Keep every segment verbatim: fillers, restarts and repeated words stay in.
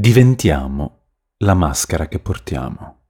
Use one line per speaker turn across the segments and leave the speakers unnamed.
Diventiamo la maschera che portiamo.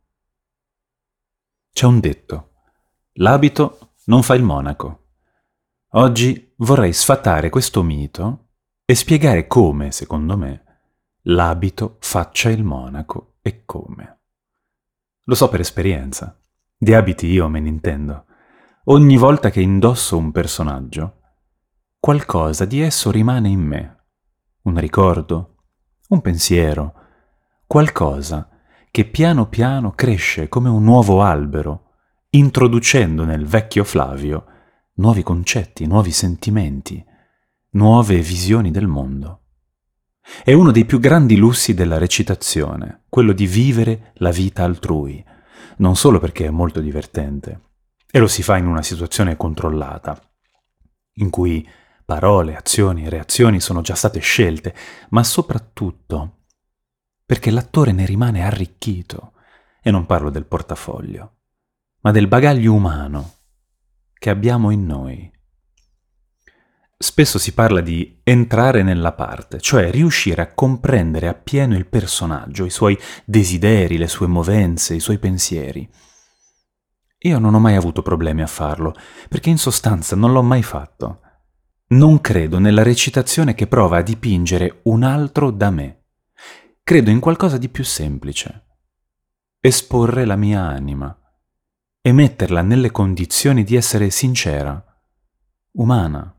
C'è un detto: l'abito non fa il monaco. Oggi vorrei sfatare questo mito e spiegare come, secondo me, l'abito faccia il monaco e come. Lo so per esperienza. Di abiti io me ne intendo. Ogni volta che indosso un personaggio, qualcosa di esso rimane in me. Un ricordo, un pensiero, qualcosa che piano piano cresce come un nuovo albero, introducendo nel vecchio Flavio nuovi concetti, nuovi sentimenti, nuove visioni del mondo. È uno dei più grandi lussi della recitazione, quello di vivere la vita altrui, non solo perché è molto divertente, e lo si fa in una situazione controllata, in cui parole, azioni e reazioni sono già state scelte, ma soprattutto perché l'attore ne rimane arricchito, e non parlo del portafoglio, ma del bagaglio umano che abbiamo in noi. Spesso si parla di entrare nella parte, cioè riuscire a comprendere appieno il personaggio, i suoi desideri, le sue movenze, i suoi pensieri. Io non ho mai avuto problemi a farlo, perché in sostanza non l'ho mai fatto. Non credo nella recitazione che prova a dipingere un altro da me. Credo in qualcosa di più semplice. Esporre la mia anima e metterla nelle condizioni di essere sincera, umana,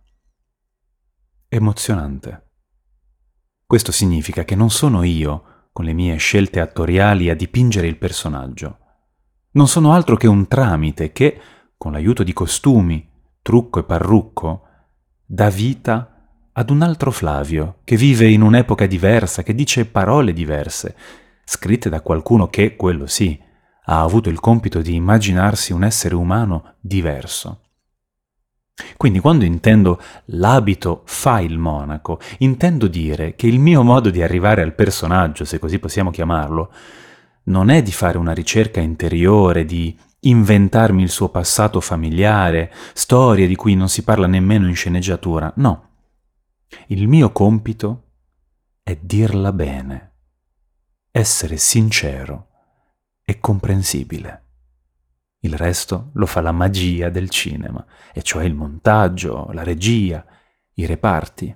emozionante. Questo significa che non sono io, con le mie scelte attoriali, a dipingere il personaggio. Non sono altro che un tramite che, con l'aiuto di costumi, trucco e parrucco, dà vita ad un altro Flavio, che vive in un'epoca diversa, che dice parole diverse, scritte da qualcuno che, quello sì, ha avuto il compito di immaginarsi un essere umano diverso. Quindi quando intendo l'abito fa il monaco, intendo dire che il mio modo di arrivare al personaggio, se così possiamo chiamarlo, non è di fare una ricerca interiore, di inventarmi il suo passato familiare, storie di cui non si parla nemmeno in sceneggiatura, no. Il mio compito è dirla bene, essere sincero e comprensibile. Il resto lo fa la magia del cinema, e cioè il montaggio, la regia, i reparti.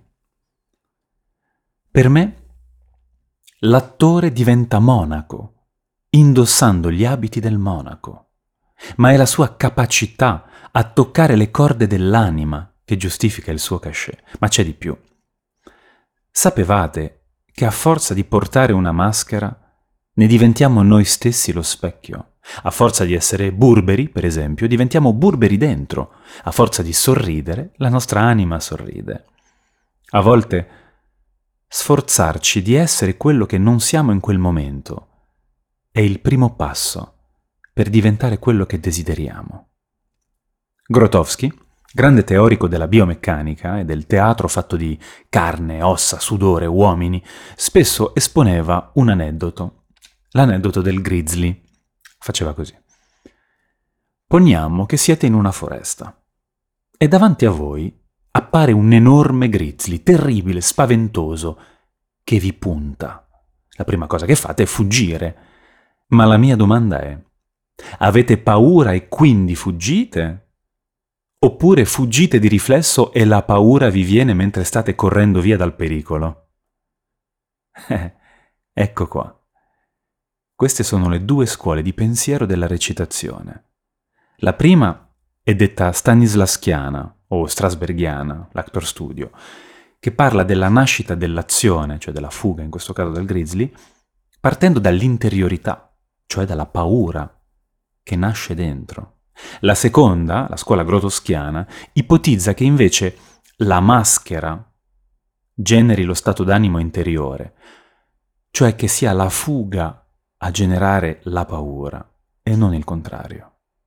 Per me, l'attore diventa monaco, indossando gli abiti del monaco, ma è la sua capacità a toccare le corde dell'anima che giustifica il suo cachet. Ma c'è di più. Sapevate che a forza di portare una maschera ne diventiamo noi stessi lo specchio? A forza di essere burberi, per esempio, diventiamo burberi dentro. A forza di sorridere, la nostra anima sorride. A volte sforzarci di essere quello che non siamo in quel momento è il primo passo per diventare quello che desideriamo. Grotowski, grande teorico della biomeccanica e del teatro fatto di carne, ossa, sudore, uomini, spesso esponeva un aneddoto, l'aneddoto del grizzly. Faceva così. Poniamo che siete in una foresta e davanti a voi appare un enorme grizzly, terribile, spaventoso, che vi punta. La prima cosa che fate è fuggire. Ma la mia domanda è: avete paura e quindi fuggite? Oppure fuggite di riflesso e la paura vi viene mentre state correndo via dal pericolo? Eh, ecco qua. Queste sono le due scuole di pensiero della recitazione. La prima è detta stanislavskiana o strasbergiana, l'actor studio, che parla della nascita dell'azione, cioè della fuga, in questo caso del grizzly, partendo dall'interiorità, cioè dalla paura che nasce dentro. La seconda, la scuola grotowskiana, ipotizza che invece la maschera generi lo stato d'animo interiore, cioè che sia la fuga a generare la paura e non il contrario.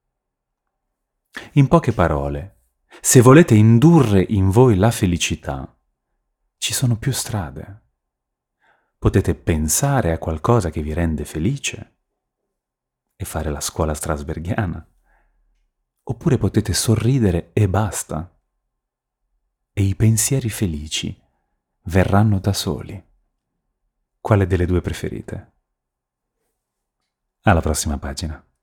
In poche parole, se volete indurre in voi la felicità, ci sono più strade. Potete pensare a qualcosa che vi rende felice e fare la scuola strasbergiana, oppure potete sorridere e basta, e i pensieri felici verranno da soli. quale delle due preferite. Alla prossima pagina.